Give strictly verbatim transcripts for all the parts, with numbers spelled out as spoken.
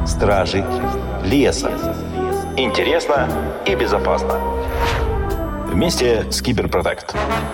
стражи леса. Интересно и безопасно. Вместе с Киберпротект.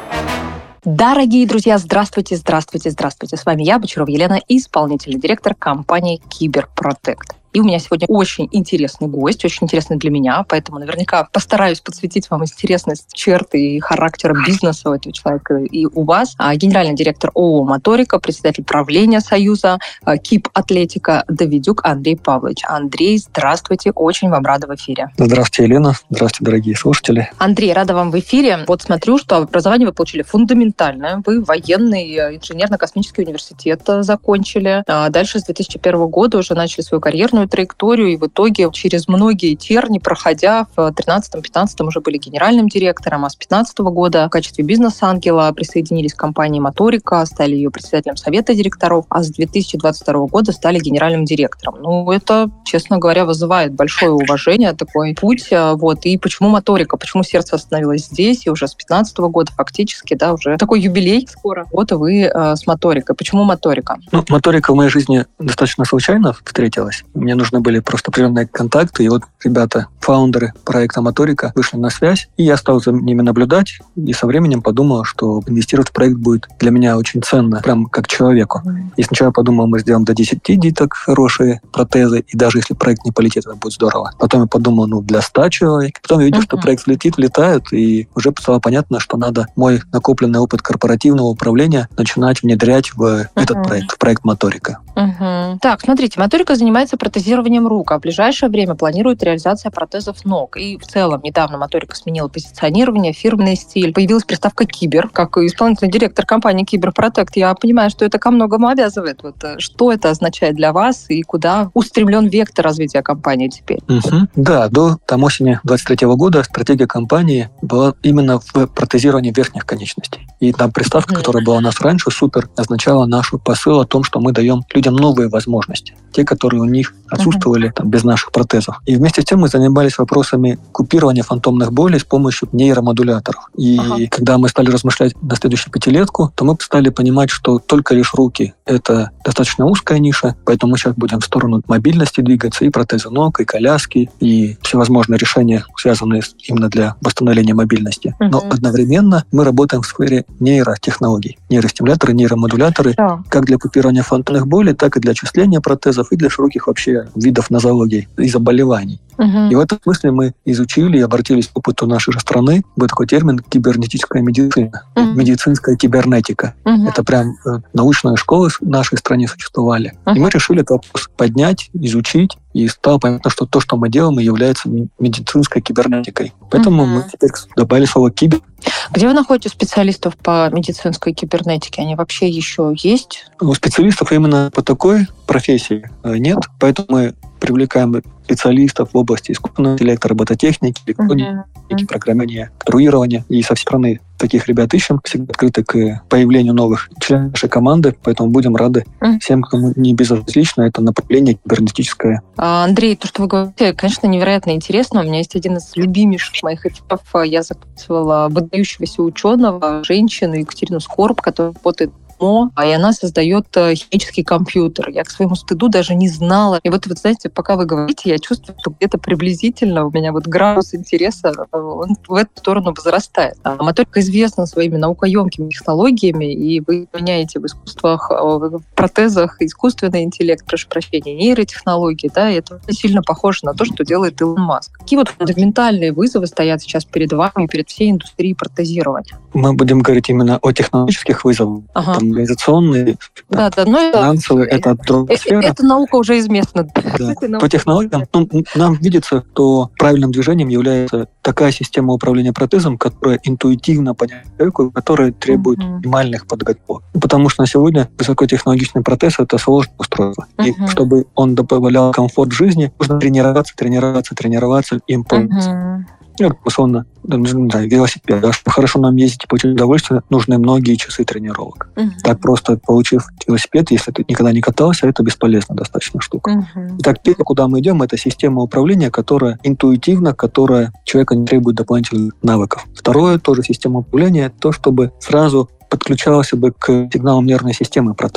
Дорогие друзья, здравствуйте, здравствуйте, здравствуйте. С вами я, Бочарова Елена, исполнительный директор компании Киберпротект. И у меня сегодня очень интересный гость, очень интересный для меня, поэтому наверняка постараюсь подсветить вам интересность черт и характера бизнеса у этого человека и у вас. Генеральный директор ООО «Моторика», председатель правления Союза КИП «Атлетика» Давидюк Андрей Павлович. Андрей, здравствуйте, очень вам рада в эфире. Здравствуйте, Елена. Здравствуйте, дорогие слушатели. Андрей, рада вам в эфире. Вот смотрю, что образование вы получили фундаментальное. Вы военный инженерно-космический университет закончили. Дальше с две тысячи первого года уже начали свою карьерную траекторию, и в итоге через многие терни, проходя в тринадцатом-пятнадцатом уже были генеральным директором, а с пятнадцатого года в качестве бизнес-ангела присоединились к компании «Моторика», стали ее председателем совета директоров, а с две тысячи двадцать второго года стали генеральным директором. Ну, это, честно говоря, вызывает большое уважение, такой путь. Вот. И почему «Моторика», почему сердце остановилось здесь, и уже с пятнадцатого года фактически, да, уже такой юбилей скоро. Вот и вы э, с «Моторикой». Почему «Моторика»? Ну, «Моторика» в моей жизни достаточно случайно встретилась. Мне нужны были просто определенные контакты, и вот ребята, фаундеры проекта «Моторика» вышли на связь, и я стал за ними наблюдать, и со временем подумал, что инвестировать в проект будет для меня очень ценно, прям как человеку. И сначала я подумал, мы сделаем до десяти деток хорошие протезы, и даже если проект не полетит, это будет здорово. Потом я подумал, ну, для ста человек. Потом я видел, uh-huh. что проект влетит, влетает, и уже стало понятно, что надо мой накопленный опыт корпоративного управления начинать внедрять в uh-huh. этот проект, в проект «Моторика». Uh-huh. Так, смотрите, «Моторика» занимается протезированием рук, а в ближайшее время планирует реализация протезов ног. И в целом недавно «Моторика» сменила позиционирование, фирменный стиль. Появилась приставка «Кибер». Как исполнительный директор компании «Киберпротект», я понимаю, что это ко многому обязывает. Вот, что это означает для вас и куда устремлен вектор развития компании теперь? Uh-huh. Да, до там, осени двадцать третьего года стратегия компании была именно в протезировании верхних конечностей. И там приставка, uh-huh. которая была у нас раньше, «Супер», означала наш посыл о том, что мы даем людям новые возможности. Те, которые у них отсутствовали uh-huh. там, без наших протезов. И вместе с тем мы занимались вопросами купирования фантомных болей с помощью нейромодуляторов. И uh-huh. когда мы стали размышлять на следующую пятилетку, то мы стали понимать, что только лишь руки — это достаточно узкая ниша, поэтому мы сейчас будем в сторону мобильности двигаться, и протезы ног, и коляски, и всевозможные решения, связанные именно для восстановления мобильности. Uh-huh. Но одновременно мы работаем в сфере нейротехнологий. Нейростимуляторы, нейромодуляторы, uh-huh. как для купирования фантомных болей, так и для очисления протезов, и для широких вообще видов нозологий и заболеваний. Uh-huh. И в этом смысле мы изучили и обратились к опыту нашей же страны. Был такой термин «кибернетическая медицина», uh-huh. медицинская кибернетика. Uh-huh. Это прям э, научные школы в нашей стране существовали. Uh-huh. И мы решили этот вопрос поднять, изучить, и стало понятно, что то, что мы делаем, является медицинской кибернетикой. Поэтому uh-huh. мы теперь добавили слово «кибер». Где вы находите специалистов по медицинской кибернетике? Они вообще еще есть? У специалистов именно по такой профессии нет, поэтому мы привлекаем специалистов в области искусственного интеллекта, робототехники, электроники, uh-huh. программирования, конструирования. И со всей страны таких ребят ищем, всегда открыты к появлению новых членов нашей команды, поэтому будем рады uh-huh. всем, кому не безразлично это направление кибернетическое. Андрей, то, что вы говорите, конечно, невероятно интересно. У меня есть один из любимейших моих эфиров. Я записывала выдающегося ученого, женщину Екатерину Скорб, которая работает и она создает химический компьютер. Я к своему стыду даже не знала. И вот, вот знаете, пока вы говорите, я чувствую, что где-то приблизительно у меня вот градус интереса, он в эту сторону возрастает. А «Моторика» известна своими наукоемкими технологиями, и вы меняете в искусствах, в протезах искусственный интеллект, прошу прощения, нейротехнологии, да, и это сильно похоже на то, что делает Илон Маск. Какие вот фундаментальные вызовы стоят сейчас перед вами, перед всей индустрией протезирования? Мы будем говорить именно о технологических вызовах. Ага. Организационные, да, да, но финансовые, это, это другая это, сфера. Это наука уже известна. Да. По технологиям ну, нам видится, что правильным движением является такая система управления протезом, которая интуитивно понятна человеку, которая требует uh-huh. минимальных подготовок. Потому что на сегодня высокотехнологичный протез — это сложное устройство. Uh-huh. И чтобы он добавлял комфорт жизни, нужно тренироваться, тренироваться, тренироваться, им пользоваться. Uh-huh. Ну, условно, не знаю, велосипед. Да, чтобы хорошо нам ездить и получить удовольствие, нужны многие часы тренировок. Uh-huh. Так просто получив велосипед, если ты никогда не катался, это бесполезная достаточно штука. Uh-huh. Итак, первое, куда мы идем, это система управления, которая интуитивна, которая человека не требует дополнительных навыков. Второе, тоже система управления, то, чтобы сразу подключался бы к сигналам нервной системы протез.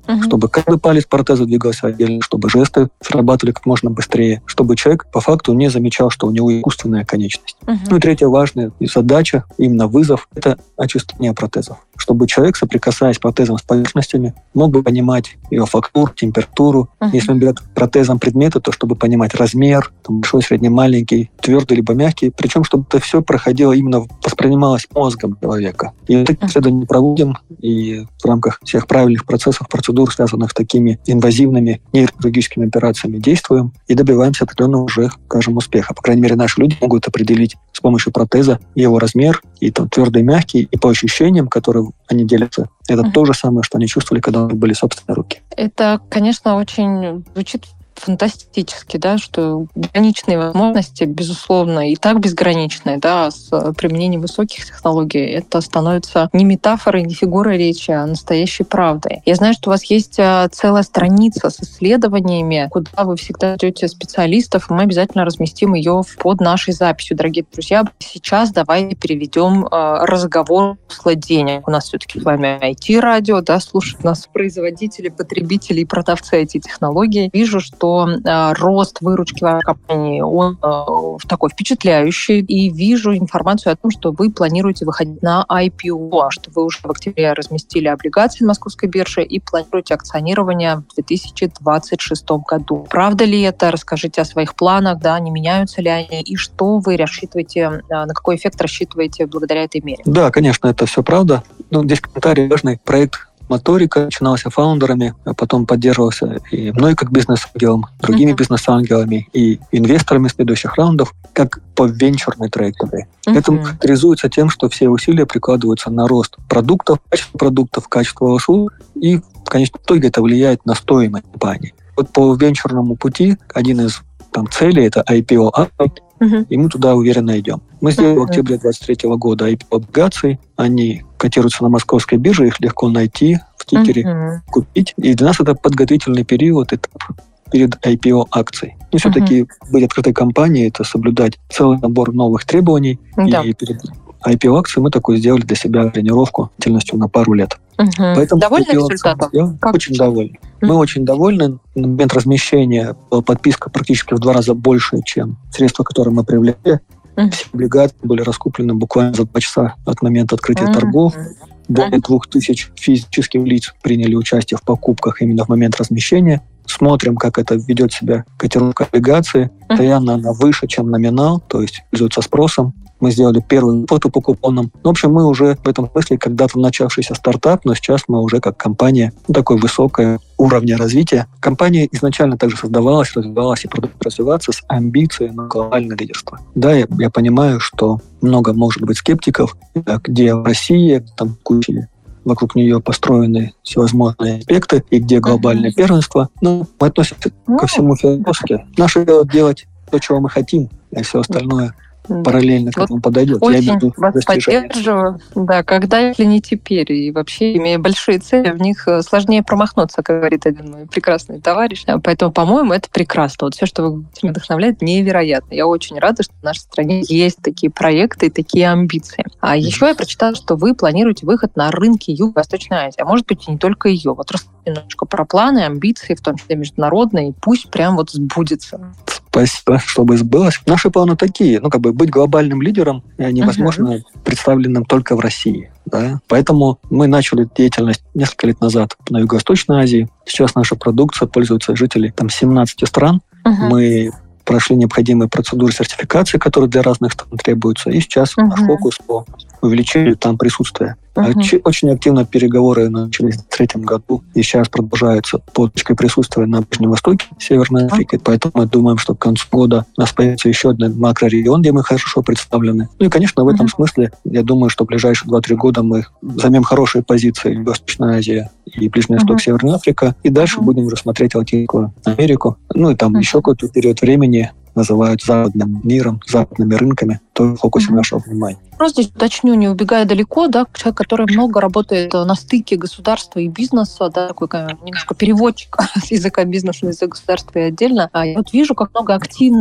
Uh-huh. Чтобы каждый палец протеза двигался отдельно, чтобы жесты срабатывали как можно быстрее, чтобы человек по факту не замечал, что у него искусственная конечность. Uh-huh. Ну и третья важная задача, именно вызов, это очищение протезов. Чтобы человек, соприкасаясь с протезом с поверхностями, мог бы понимать его фактуру, температуру. Uh-huh. Если он берет протезом предметы, то чтобы понимать размер, там, большой, средний, маленький, твердый либо мягкий, причем чтобы это все проходило именно, воспринималось мозгом человека. И такие исследования проводим, и в рамках всех правильных процессов, процедур, связанных с такими инвазивными нейрохирургическими операциями, действуем и добиваемся определенного уже, скажем, успеха. По крайней мере, наши люди могут определить с помощью протеза его размер, и там твердый, мягкий, и по ощущениям, которые они делятся, это uh-huh. то же самое, что они чувствовали, когда у них были собственные руки. Это, конечно, очень звучит фантастически, да, что граничные возможности, безусловно, и так безграничные, да, с применением высоких технологий, это становится не метафорой, не фигурой речи, а настоящей правдой. Я знаю, что у вас есть целая страница с исследованиями, куда вы всегда ждете специалистов, и мы обязательно разместим ее под нашей записью, дорогие друзья. Сейчас давайте переведем разговор в денег. У нас все-таки с вами ай ти-радио, да, слушают нас производители, потребители и продавцы ай ти-технологий. Вижу, что рост выручки вашей компании, он э, такой впечатляющий. И вижу информацию о том, что вы планируете выходить на ай пи о, что вы уже в октябре разместили облигации на московской бирже и планируете акционирование в две тысячи двадцать шестом году. Правда ли это? Расскажите о своих планах, да, не меняются ли они, и что вы рассчитываете, на какой эффект рассчитываете благодаря этой мере? Да, конечно, это все правда. Ну, здесь комментарий важный. Проект Моторика начинался фаундерами, а потом поддерживался и мной как бизнес-ангелом, другими uh-huh. бизнес-ангелами и инвесторами следующих раундов, как по венчурной траектории. Uh-huh. Это характеризуется тем, что все усилия прикладываются на рост продуктов, качество продуктов, качество услуг, и в конечном итоге это влияет на стоимость компании. Вот по венчурному пути один из там, целей — это ай пи о, Uh-huh. и мы туда уверенно идем. Мы сделали uh-huh. в октябре двадцать третьего года ай пи о-облигации. Они котируются на московской бирже, их легко найти в тикере, uh-huh. купить. И для нас это подготовительный период, этап перед ай пи о-акцией. Но все-таки uh-huh. быть открытой компанией — это соблюдать целый набор новых требований. Uh-huh. И перед ай пи о-акцией мы такую сделали для себя тренировку длительностью на пару лет. Uh-huh. Поэтому довольны результатом? Очень довольны. Мы uh-huh. очень довольны. На момент размещения подписка практически в два раза больше, чем средства, которые мы привлекли. Uh-huh. Все облигации были раскуплены буквально за два часа от момента открытия uh-huh. торгов. Более двух тысяч физических лиц приняли участие в покупках именно в момент размещения. Смотрим, как это ведет себя котировка облигаций. Постоянно она выше, чем номинал, то есть пользуется спросом. Мы сделали первую выплату по купонам. В общем, мы уже в этом смысле когда-то начавшийся стартап, но сейчас мы уже как компания ну, такой высокой уровня развития. Компания изначально также создавалась, развивалась и продолжает развиваться с амбицией на глобальное лидерство. Да, я, я понимаю, что много может быть скептиков, где в России там куча вокруг нее построены всевозможные аспекты, и где глобальное uh-huh. первенство. Но мы относимся uh-huh. ко всему философски. Наше дело делать то, чего мы хотим, и все остальное параллельно к этому вот подойдет. Очень вас поддерживаю. Да, когда, если не теперь. И вообще, имея большие цели, в них сложнее промахнуться, как говорит один мой прекрасный товарищ. Поэтому, по-моему, это прекрасно. Вот все, что вы вдохновляет, невероятно. Я очень рада, что в нашей стране есть такие проекты и такие амбиции. А еще я прочитала, что вы планируете выход на рынки Юго-Восточной Азии. А может быть, и не только ее. Вот расскажите немножко про планы, амбиции, в том числе международные. Пусть прям вот сбудется. Спасибо, чтобы сбылось. Наши планы такие. Ну, как бы быть глобальным лидером невозможно uh-huh. представленным только в России. Да? Поэтому мы начали деятельность несколько лет назад на Юго-Восточной Азии. Сейчас наша продукция пользуется жители там семнадцати стран. Uh-huh. Мы прошли необходимые процедуры сертификации, которые для разных стран требуются. И сейчас uh-huh. наш фокус по увеличению там присутствия. Uh-huh. Очень активно переговоры начались в две тысячи третьем году, и сейчас продолжаются по точке присутствия на Ближнем Востоке, Северной Африке. Uh-huh. Поэтому мы думаем, что к концу года у нас появится еще один макрорегион, где мы хорошо представлены. Ну и, конечно, в этом uh-huh. смысле, я думаю, что в ближайшие два-три года мы займем хорошие позиции в Восточной Азии и Ближний Восток, uh-huh. Северная Африка, и дальше uh-huh. будем уже смотреть Латинскую Америку. Ну и там uh-huh. еще какой-то период времени называют западным миром, западными рынками, то в фокусе mm-hmm. нашего внимания. Просто здесь уточню, не убегая далеко, да, человек, который много работает на стыке государства и бизнеса, да, такой немножко переводчик с языка бизнеса на язык государства и отдельно. А я вот вижу, как много активности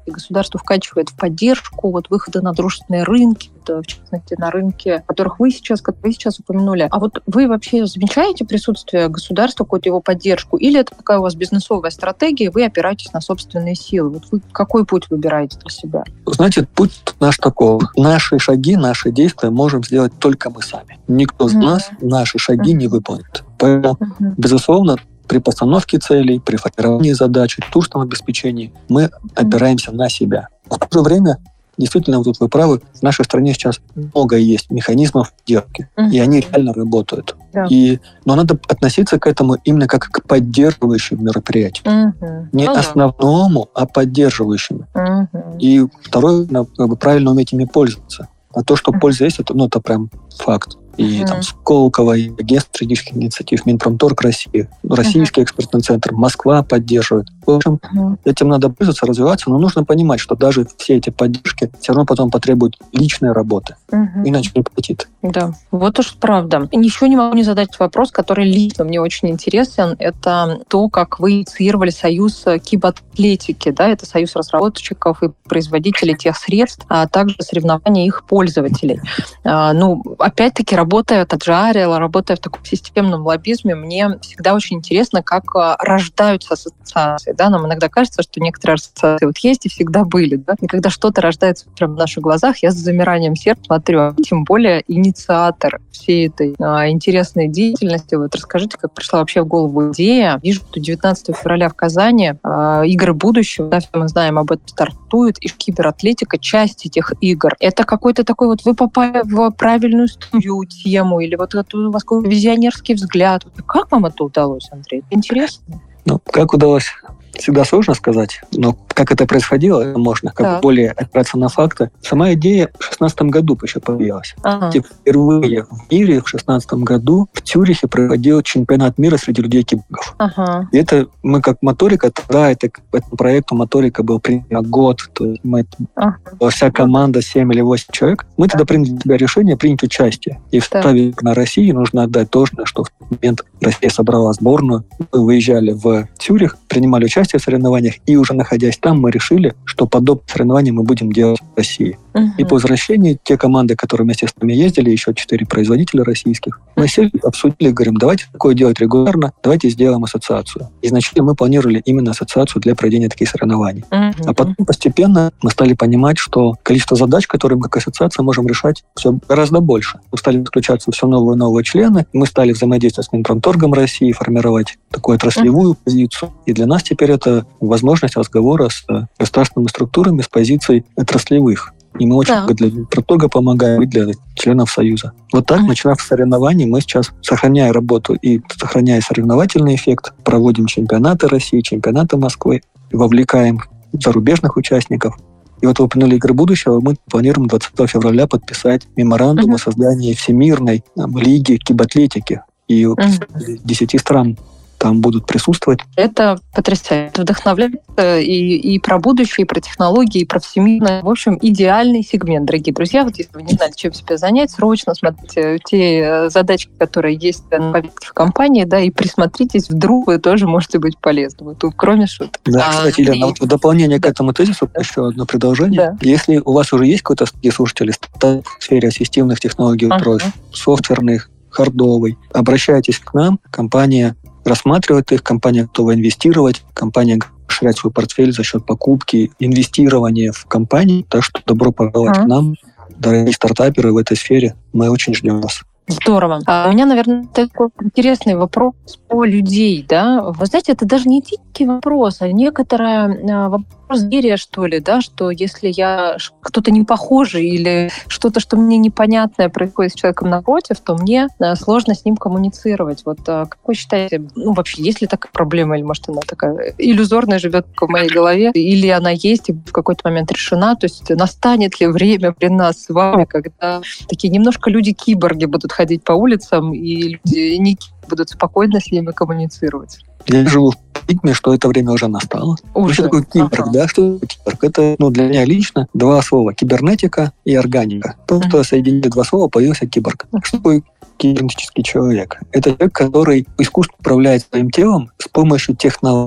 и государство вкачивает в поддержку вот выхода на дружественные рынки, в частности, на рынке, которых вы сейчас, как вы сейчас упомянули. А вот вы вообще замечаете присутствие государства, какую-то его поддержку? Или это такая у вас бизнесовая стратегия, и вы опираетесь на собственные силы? Вот вы какой путь выбираете для себя? Знаете, путь наш такой. Наши шаги, наши действия можем сделать только мы сами. Никто из mm-hmm. нас наши шаги mm-hmm. не выполнит. Поэтому, mm-hmm. безусловно, при постановке целей, при формировании задач, при тушном обеспечении мы mm-hmm. опираемся на себя. В то же время, действительно, вот тут вы правы, в нашей стране сейчас много есть механизмов поддержки, mm-hmm. и они реально работают. Yeah. И, но надо относиться к этому именно как к поддерживающим мероприятиям. Mm-hmm. Не oh, основному, yeah. а поддерживающим. Mm-hmm. И второе, как бы, правильно уметь ими пользоваться. А то, что mm-hmm. польза есть, это, ну, это прям факт. И mm-hmm. там Сколково, и агентство стратегических инициатив, Минпромторг России, Российский mm-hmm. экспертный центр, Москва поддерживает. В общем, mm-hmm. этим надо пользоваться, развиваться, но нужно понимать, что даже все эти поддержки все равно потом потребуют личной работы, mm-hmm. иначе не полетит. Да, вот уж правда. И еще не могу не задать вопрос, который лично мне очень интересен. Это то, как вы инициировали союз кибатлетики, да, это союз разработчиков и производителей тех средств, а также соревнования их пользователей. А, ну, опять-таки, работая в Agile, работая в таком системном лоббизме, мне всегда очень интересно, как рождаются ассоциации. Да? Нам иногда кажется, что некоторые ассоциации вот есть и всегда были. Да? И когда что-то рождается прямо в наших глазах, я с замиранием сердца смотрю. Тем более инициатор всей этой а, интересной деятельности. Вот расскажите, как пришла вообще в голову идея. Вижу, что девятнадцатого февраля в Казани а, игры будущего, да, мы знаем, об этом стартуют, и кибератлетика — часть этих игр. Это какой-то такой вот, вы попали в правильную студию, тему, или вот это у вас какой-то визионерский взгляд. Как вам это удалось, Андрей? Интересно? Ну, как удалось, всегда сложно сказать, но как это происходило, можно как бы более опираться на факты. Сама идея в шестнадцатом году еще появилась. Ага. Впервые в мире в шестнадцатом году в Цюрихе проходил чемпионат мира среди людей-киборгов. Ага. И это мы как моторика, тогда это, к этому проекту моторика был примерно год, то есть мы, ага. вся команда, семь или восемь человек, мы тогда приняли для себя решение принять участие. И в составе на России нужно отдать должное, что в тот момент Россия собрала сборную, мы выезжали в Цюрих, принимали участие в соревнованиях, и уже находясь там, мы решили, что подобные соревнования мы будем делать в России. Uh-huh. И по возвращении те команды, которые вместе с нами ездили, еще четыре производителя российских, мы сели, обсудили, говорим, давайте такое делать регулярно, давайте сделаем ассоциацию. Изначально мы планировали именно ассоциацию для проведения таких соревнований. Uh-huh. А потом постепенно мы стали понимать, что количество задач, которые мы как ассоциация можем решать, все гораздо больше. Мы стали подключаться все новые и новые члены, мы стали взаимодействовать с Минпромторгом России, формировать такую отраслевую uh-huh. позицию. И для нас теперь это возможность разговора с государственными структурами с позиций отраслевых. И мы очень да. для Минпромторга помогаем, и для членов Союза. Вот так, mm-hmm. начинав с соревнований, мы сейчас, сохраняя работу и сохраняя соревновательный эффект, проводим чемпионаты России, чемпионаты Москвы, вовлекаем зарубежных участников. И вот вы упомянули игры будущего, мы планируем двадцатого февраля подписать меморандум mm-hmm. о создании Всемирной там, лиги кибатлетики. И mm-hmm. десяти стран там будут присутствовать. Это потрясающе. Это вдохновляет и, и про будущее, и про технологии, и про всемирное. В общем, идеальный сегмент, дорогие друзья. Вот если вы не знали, чем себя занять, срочно смотрите те задачки, которые есть на повестке в компании, да, и присмотритесь, вдруг вы тоже можете быть полезны. Вот, кроме шуток. Да, а, кстати, Елена, и... вот в дополнение да. к этому тезису да. еще одно продолжение. Да. Если у вас уже есть какой-то слушатель в сфере ассистивных технологий устройств, ага. софтверных, хардовый, обращайтесь к нам, компания рассматривает их, компания готова инвестировать, компания расширять свой портфель за счет покупки, инвестирования в компании. Так что добро пожаловать а. к нам, дорогие стартаперы в этой сфере. Мы очень ждем вас. Здорово. А у меня, наверное, такой интересный вопрос по людей, да. Вы знаете, это даже не этический вопрос, а некоторая вопрос доверия, что ли, да, что если я кто-то не похожий или что-то, что мне непонятное происходит с человеком напротив, то мне сложно с ним коммуницировать. Вот как вы считаете, ну вообще, есть ли такая проблема, или может она такая иллюзорная живет в моей голове, или она есть и в какой-то момент решена, то есть настанет ли время при нас с вами, когда такие немножко люди-киборги будут ходить по улицам, и люди не будут спокойно с ними коммуницировать? Я живу в парадигме, что это время уже настало. Уже. Что такое киборг, ага. да? Что такое киборг? Это, ну, для меня лично два слова: кибернетика и органика. Просто uh-huh. соединили два слова, появился киборг. Uh-huh. Что такое кибернетический человек? Это человек, который искусственно управляет своим телом с помощью технологий.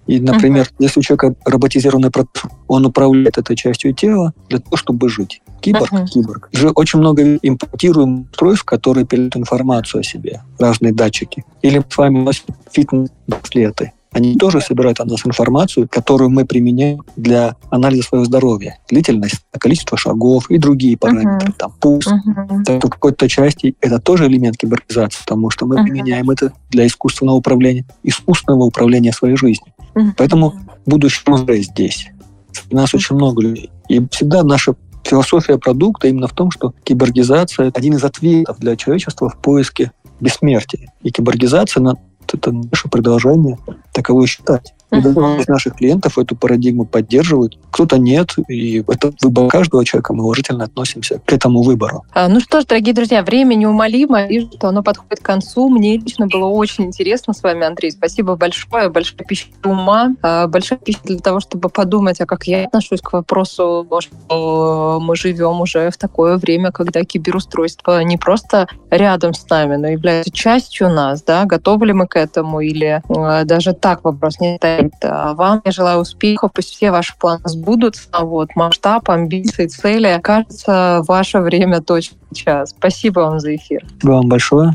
И, например, uh-huh. если у человека роботизированный процесс, он управляет этой частью тела для того, чтобы жить. Киборг, uh-huh. киборг. Же очень много импортируем устройств, которые передают информацию о себе, разные датчики. Или мы с вами носим фитнес-браслеты. Они тоже собирают о нас информацию, которую мы применяем для анализа своего здоровья. Длительность, количество шагов и другие параметры. Uh-huh. Там пульс. Uh-huh. Так, в какой-то части это тоже элемент киборгизации, потому что мы uh-huh. применяем это для искусственного управления, искусственного управления своей жизнью. Uh-huh. Поэтому будущее уже здесь. У нас uh-huh. очень много людей. И всегда наша философия продукта именно в том, что киборгизация – один из ответов для человечества в поиске бессмертия. И киборгизация – это наше продолжение таково считать. И uh-huh. из наших клиентов эту парадигму поддерживают, кто-то нет, и это выбор каждого человека, мы уважительно относимся к этому выбору. А, ну что ж, дорогие друзья, время неумолимо, вижу, что оно подходит к концу. Мне лично было очень интересно с вами, Андрей. Спасибо большое, большая пища ума, большая пища для того, чтобы подумать, а как я отношусь к вопросу, что мы живем уже в такое время, когда киберустройство не просто рядом с нами, но является частью нас, да, готовы ли мы к этому, или э, даже так вопрос не стоит. Вам я желаю успехов, пусть все ваши планы сбудутся. Вот, масштаб, амбиции, цели. Кажется, ваше время точно сейчас. Спасибо вам за эфир. Спасибо вам большое.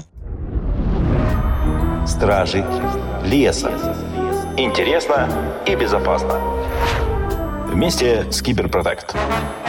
Стражи леса. Интересно и безопасно. Вместе с Киберпротект.